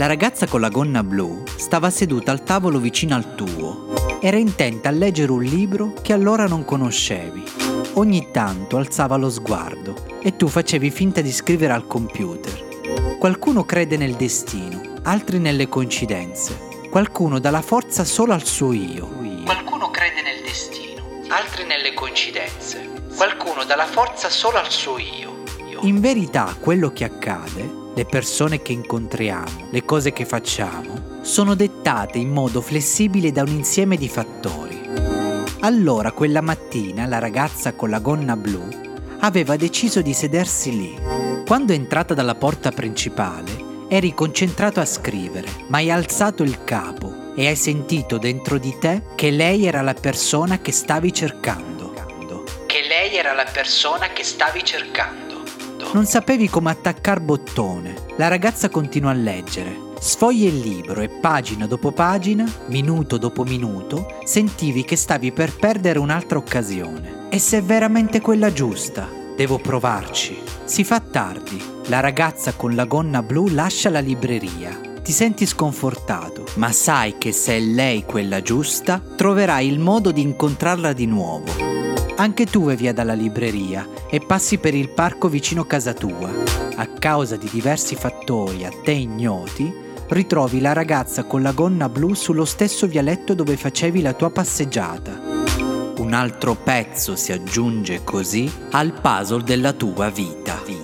ragazza con la gonna blu stava seduta al tavolo vicino al tuo. Era intenta a leggere un libro che allora non conoscevi. Ogni tanto alzava lo sguardo e tu facevi finta di scrivere al computer. Qualcuno crede nel destino, altri nelle coincidenze. Qualcuno dà la forza solo al suo io. Qualcuno crede nel destino, altri nelle coincidenze. Qualcuno dà la forza solo al suo io. In verità, quello che accade, le persone che incontriamo, le cose che facciamo, sono dettate in modo flessibile da un insieme di fattori. Allora, quella mattina, la ragazza con la gonna blu aveva deciso di sedersi lì. Quando è entrata dalla porta principale, eri concentrato a scrivere, ma hai alzato il capo e hai sentito dentro di te che lei era la persona che stavi cercando. Che lei era la persona che stavi cercando. Non sapevi come attaccar bottone. La ragazza continuò a leggere. Sfoglia il libro e pagina dopo pagina, minuto dopo minuto, sentivi che stavi per perdere un'altra occasione. E se è veramente quella giusta? Devo provarci. Si fa tardi. La ragazza con la gonna blu lascia la libreria. Ti senti sconfortato, ma sai che se è lei quella giusta, troverai il modo di incontrarla di nuovo. Anche tu vai via dalla libreria e passi per il parco vicino casa tua. A causa di diversi fattori a te ignoti, ritrovi la ragazza con la gonna blu sullo stesso vialetto dove facevi la tua passeggiata. Un altro pezzo si aggiunge così al puzzle della tua vita.